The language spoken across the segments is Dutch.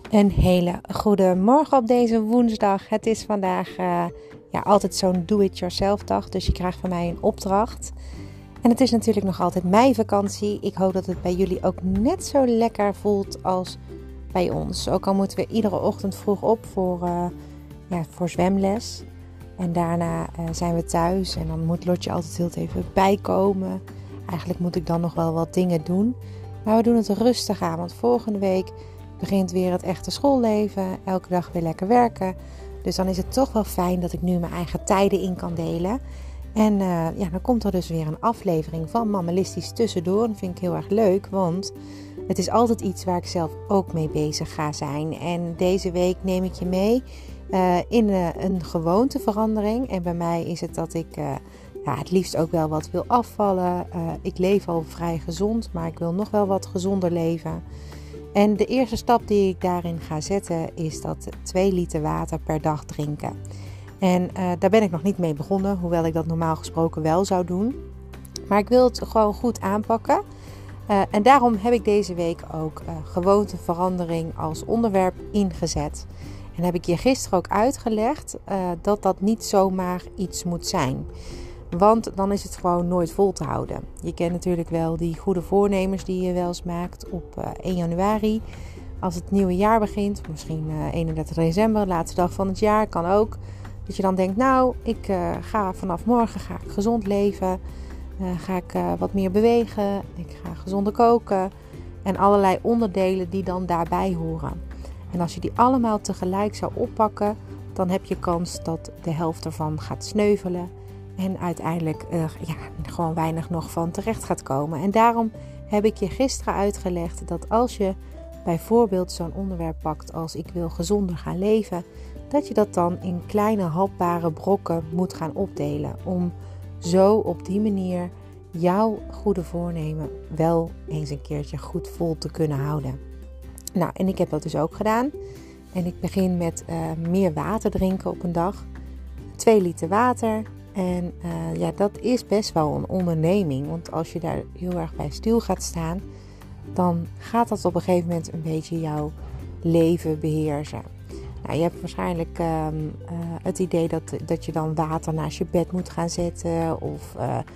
Een hele goede morgen op deze woensdag. Het is vandaag altijd zo'n do-it-yourself dag. Dus je krijgt van mij een opdracht. En het is natuurlijk nog altijd meivakantie. Ik hoop dat het bij jullie ook net zo lekker voelt als bij ons. Ook al moeten we iedere ochtend vroeg op voor zwemles. En daarna zijn we thuis. En dan moet Lotje altijd heel even bijkomen. Eigenlijk moet ik dan nog wel wat dingen doen. Maar we doen het rustig aan. Want volgende week begint weer het echte schoolleven. Elke dag weer lekker werken. Dus dan is het toch wel fijn dat ik nu mijn eigen tijden in kan delen. En dan komt er dus weer een aflevering van Mammalistisch tussendoor. Dat vind ik heel erg leuk, want het is altijd iets waar ik zelf ook mee bezig ga zijn. En deze week neem ik je mee in een gewoonteverandering. En bij mij is het dat ik het liefst ook wel wat wil afvallen. Ik leef al vrij gezond, maar ik wil nog wel wat gezonder leven. En de eerste stap die ik daarin ga zetten is dat 2 liter water per dag drinken. En daar ben ik nog niet mee begonnen, hoewel ik dat normaal gesproken wel zou doen. Maar ik wil het gewoon goed aanpakken. En daarom heb ik deze week ook gewoonteverandering als onderwerp ingezet. En heb ik je gisteren ook uitgelegd dat dat niet zomaar iets moet zijn. Want dan is het gewoon nooit vol te houden. Je kent natuurlijk wel die goede voornemens die je wel eens maakt op 1 januari. Als het nieuwe jaar begint, misschien 31 december, laatste dag van het jaar, kan ook. Dat je dan denkt, ik ga vanaf morgen gezond leven. Ga ik wat meer bewegen. Ik ga gezonder koken. En allerlei onderdelen die dan daarbij horen. En als je die allemaal tegelijk zou oppakken, dan heb je kans dat de helft ervan gaat sneuvelen. En uiteindelijk gewoon weinig nog van terecht gaat komen. En daarom heb ik je gisteren uitgelegd dat als je bijvoorbeeld zo'n onderwerp pakt als ik wil gezonder gaan leven, dat je dat dan in kleine hapbare brokken moet gaan opdelen. Om zo op die manier jouw goede voornemen wel eens een keertje goed vol te kunnen houden. Nou, en ik heb dat dus ook gedaan. En ik begin met meer water drinken op een dag. 2 liter water. En dat is best wel een onderneming. Want als je daar heel erg bij stil gaat staan, dan gaat dat op een gegeven moment een beetje jouw leven beheersen. Nou, je hebt waarschijnlijk het idee dat je dan water naast je bed moet gaan zetten. Of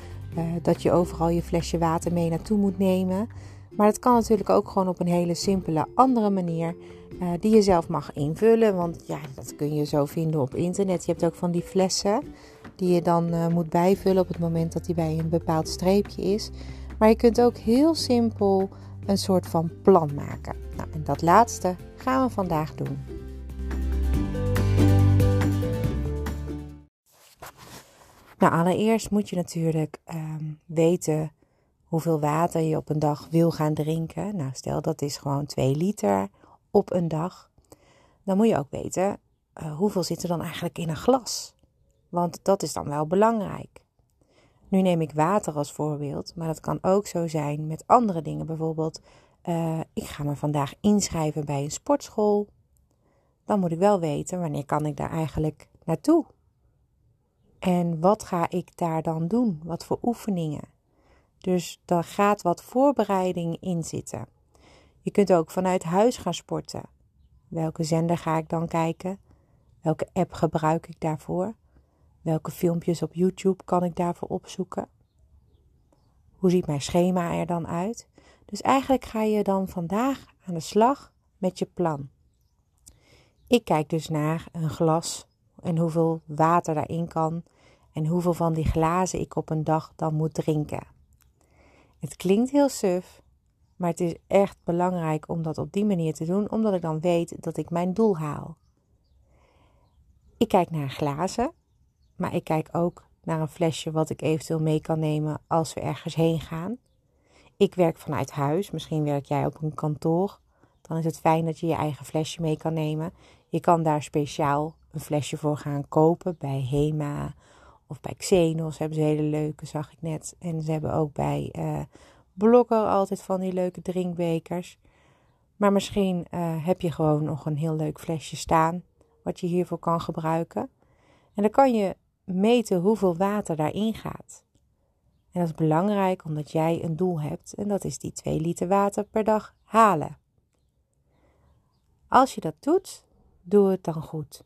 dat je overal je flesje water mee naartoe moet nemen. Maar dat kan natuurlijk ook gewoon op een hele simpele andere manier die je zelf mag invullen. Want dat kun je zo vinden op internet. Je hebt ook van die flessen die je dan moet bijvullen op het moment dat die bij een bepaald streepje is. Maar je kunt ook heel simpel een soort van plan maken. Nou, en dat laatste gaan we vandaag doen. Nou, allereerst moet je natuurlijk weten hoeveel water je op een dag wil gaan drinken. Nou, stel dat is gewoon 2 liter op een dag. Dan moet je ook weten hoeveel zit er dan eigenlijk in een glas. Want dat is dan wel belangrijk. Nu neem ik water als voorbeeld, maar dat kan ook zo zijn met andere dingen. Bijvoorbeeld, ik ga me vandaag inschrijven bij een sportschool. Dan moet ik wel weten wanneer kan ik daar eigenlijk naartoe. En wat ga ik daar dan doen? Wat voor oefeningen? Dus daar gaat wat voorbereiding in zitten. Je kunt ook vanuit huis gaan sporten. Welke zender ga ik dan kijken? Welke app gebruik ik daarvoor? Welke filmpjes op YouTube kan ik daarvoor opzoeken? Hoe ziet mijn schema er dan uit? Dus eigenlijk ga je dan vandaag aan de slag met je plan. Ik kijk dus naar een glas en hoeveel water daarin kan en hoeveel van die glazen ik op een dag dan moet drinken. Het klinkt heel suf, maar het is echt belangrijk om dat op die manier te doen, omdat ik dan weet dat ik mijn doel haal. Ik kijk naar glazen, maar ik kijk ook naar een flesje wat ik eventueel mee kan nemen als we ergens heen gaan. Ik werk vanuit huis, misschien werk jij op een kantoor. Dan is het fijn dat je je eigen flesje mee kan nemen. Je kan daar speciaal een flesje voor gaan kopen bij Hema of bij Xenos. Hebben ze hele leuke, zag ik net. En ze hebben ook bij Blokker altijd van die leuke drinkbekers. Maar misschien heb je gewoon nog een heel leuk flesje staan wat je hiervoor kan gebruiken. En dan kan je meten hoeveel water daarin gaat. En dat is belangrijk omdat jij een doel hebt en dat is die 2 liter water per dag halen. Als je dat doet, doe het dan goed.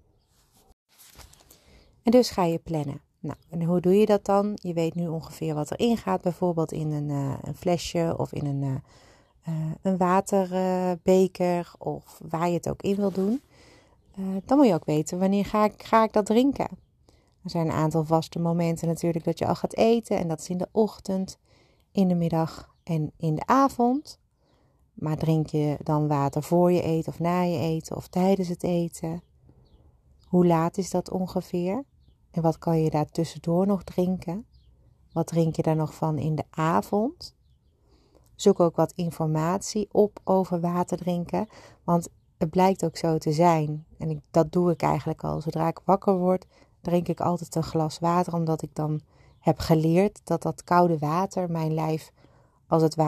En dus ga je plannen. Nou, en hoe doe je dat dan? Je weet nu ongeveer wat erin gaat, bijvoorbeeld in een flesje of in een waterbeker of waar je het ook in wil doen. Dan moet je ook weten wanneer ga ik dat drinken. Er zijn een aantal vaste momenten natuurlijk dat je al gaat eten en dat is in de ochtend, in de middag en in de avond. Maar drink je dan water voor je eten of na je eten of tijdens het eten? Hoe laat is dat ongeveer? En wat kan je daar tussendoor nog drinken? Wat drink je daar nog van in de avond? Zoek ook wat informatie op over water drinken. Want het blijkt ook zo te zijn. En dat doe ik eigenlijk al. Zodra ik wakker word, drink ik altijd een glas water. Omdat ik dan heb geleerd dat koude water mijn lijf als het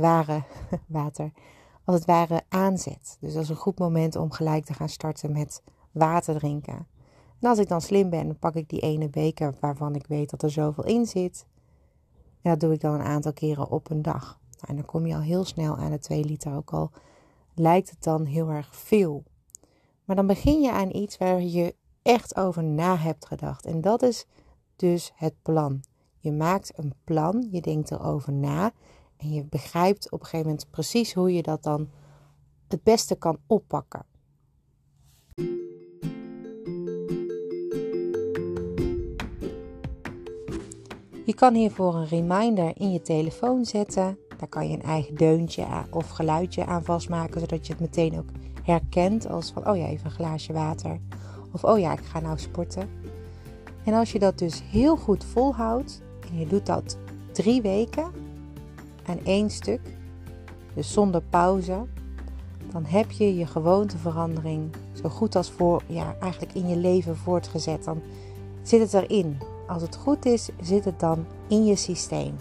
ware aanzet. Dus dat is een goed moment om gelijk te gaan starten met water drinken. En als ik dan slim ben, dan pak ik die ene beker waarvan ik weet dat er zoveel in zit. En dat doe ik dan een aantal keren op een dag. Nou, en dan kom je al heel snel aan de 2 liter, ook al lijkt het dan heel erg veel. Maar dan begin je aan iets waar je echt over na hebt gedacht. En dat is dus het plan. Je maakt een plan, je denkt erover na. En je begrijpt op een gegeven moment precies hoe je dat dan het beste kan oppakken. Je kan hiervoor een reminder in je telefoon zetten. Daar kan je een eigen deuntje of geluidje aan vastmaken, zodat je het meteen ook herkent als van, oh ja, even een glaasje water. Of, oh ja, ik ga nou sporten. En als je dat dus heel goed volhoudt en je doet dat 3 weken aan 1 stuk, dus zonder pauze, dan heb je je gewoonteverandering zo goed als eigenlijk in je leven voortgezet. Dan zit het erin. Als het goed is, zit het dan in je systeem.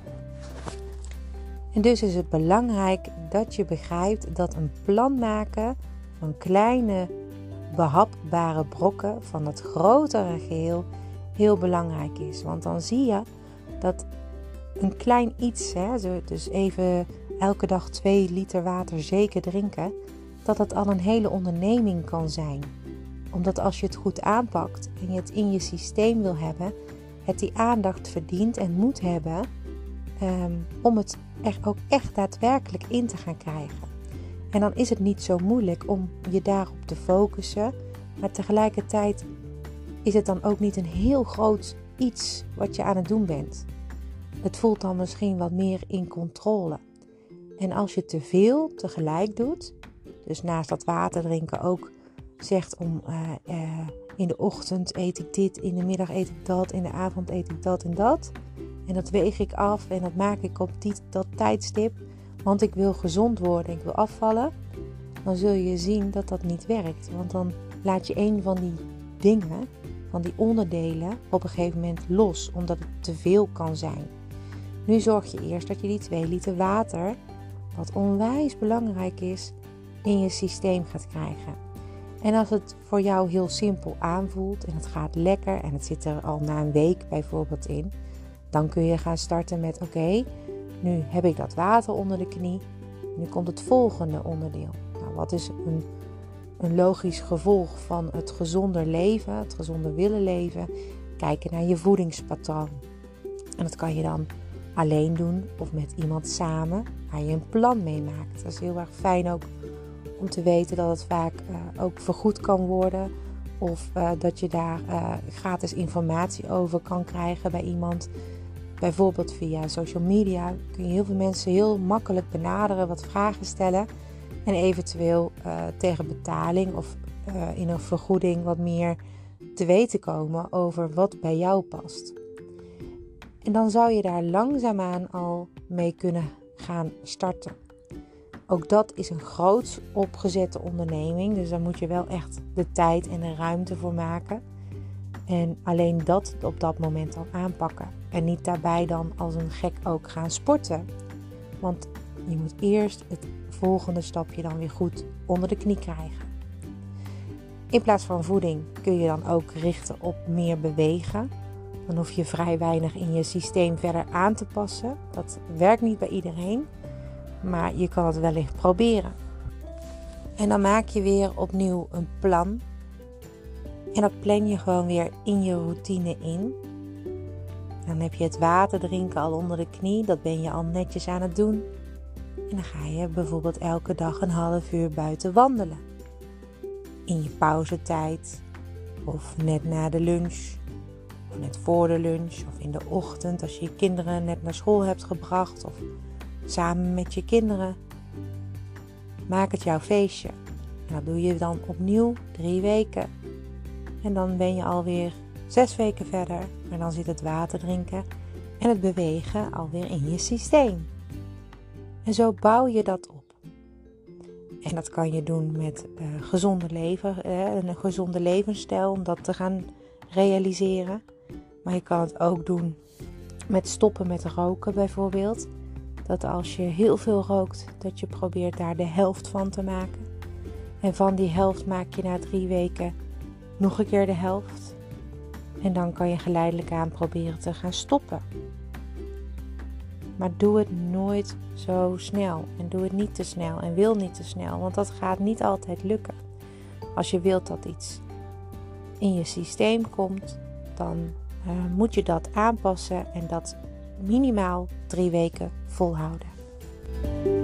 En dus is het belangrijk dat je begrijpt dat een plan maken van kleine behapbare brokken van het grotere geheel heel belangrijk is. Want dan zie je dat een klein iets, dus even elke dag 2 liter water zeker drinken, dat het al een hele onderneming kan zijn. Omdat als je het goed aanpakt en je het in je systeem wil hebben, het die aandacht verdient en moet hebben om het er ook echt daadwerkelijk in te gaan krijgen. En dan is het niet zo moeilijk om je daarop te focussen, maar tegelijkertijd is het dan ook niet een heel groot iets wat je aan het doen bent. Het voelt dan misschien wat meer in controle. En als je te veel tegelijk doet, dus naast dat water drinken ook zegt om in de ochtend eet ik dit, in de middag eet ik dat, in de avond eet ik dat en dat. En dat weeg ik af en dat maak ik op dat tijdstip, want ik wil gezond worden, ik wil afvallen. Dan zul je zien dat dat niet werkt. Want dan laat je een van die dingen, van die onderdelen, op een gegeven moment los, omdat het te veel kan zijn. Nu zorg je eerst dat je die 2 liter water, wat onwijs belangrijk is, in je systeem gaat krijgen. En als het voor jou heel simpel aanvoelt en het gaat lekker en het zit er al na een week bijvoorbeeld in, dan kun je gaan starten met oké, nu heb ik dat water onder de knie, nu komt het volgende onderdeel. Nou, wat is een logisch gevolg van het gezonder leven, het gezonder willen leven? Kijken naar je voedingspatroon. En dat kan je dan alleen doen of met iemand samen waar je een plan mee maakt. Dat is heel erg fijn ook om te weten dat het vaak ook vergoed kan worden. Of dat je daar gratis informatie over kan krijgen bij iemand. Bijvoorbeeld via social media kun je heel veel mensen heel makkelijk benaderen, wat vragen stellen. En eventueel tegen betaling of in een vergoeding wat meer te weten komen over wat bij jou past. En dan zou je daar langzaamaan al mee kunnen gaan starten. Ook dat is een groots opgezette onderneming. Dus daar moet je wel echt de tijd en de ruimte voor maken. En alleen dat op dat moment al aanpakken. En niet daarbij dan als een gek ook gaan sporten. Want je moet eerst het volgende stapje dan weer goed onder de knie krijgen. In plaats van voeding kun je dan ook richten op meer bewegen. Dan hoef je vrij weinig in je systeem verder aan te passen. Dat werkt niet bij iedereen. Maar je kan het wellicht proberen. En dan maak je weer opnieuw een plan. En dat plan je gewoon weer in je routine in. Dan heb je het water drinken al onder de knie. Dat ben je al netjes aan het doen. En dan ga je bijvoorbeeld elke dag een half uur buiten wandelen. In je pauzetijd. Of net na de lunch. Of net voor de lunch. Of in de ochtend als je je kinderen net naar school hebt gebracht. Of samen met je kinderen. Maak het jouw feestje. En dat doe je dan opnieuw 3 weken. En dan ben je alweer 6 weken verder. Maar dan zit het water drinken en het bewegen alweer in je systeem. En zo bouw je dat op. En dat kan je doen met een gezonde levensstijl om dat te gaan realiseren. Maar je kan het ook doen met stoppen met roken bijvoorbeeld. Dat als je heel veel rookt, dat je probeert daar de helft van te maken. En van die helft maak je na 3 weken nog een keer de helft. En dan kan je geleidelijk aan proberen te gaan stoppen. Maar doe het nooit zo snel. En doe het niet te snel. En wil niet te snel. Want dat gaat niet altijd lukken. Als je wilt dat iets in je systeem komt, dan moet je dat aanpassen. En dat minimaal 3 weken volhouden.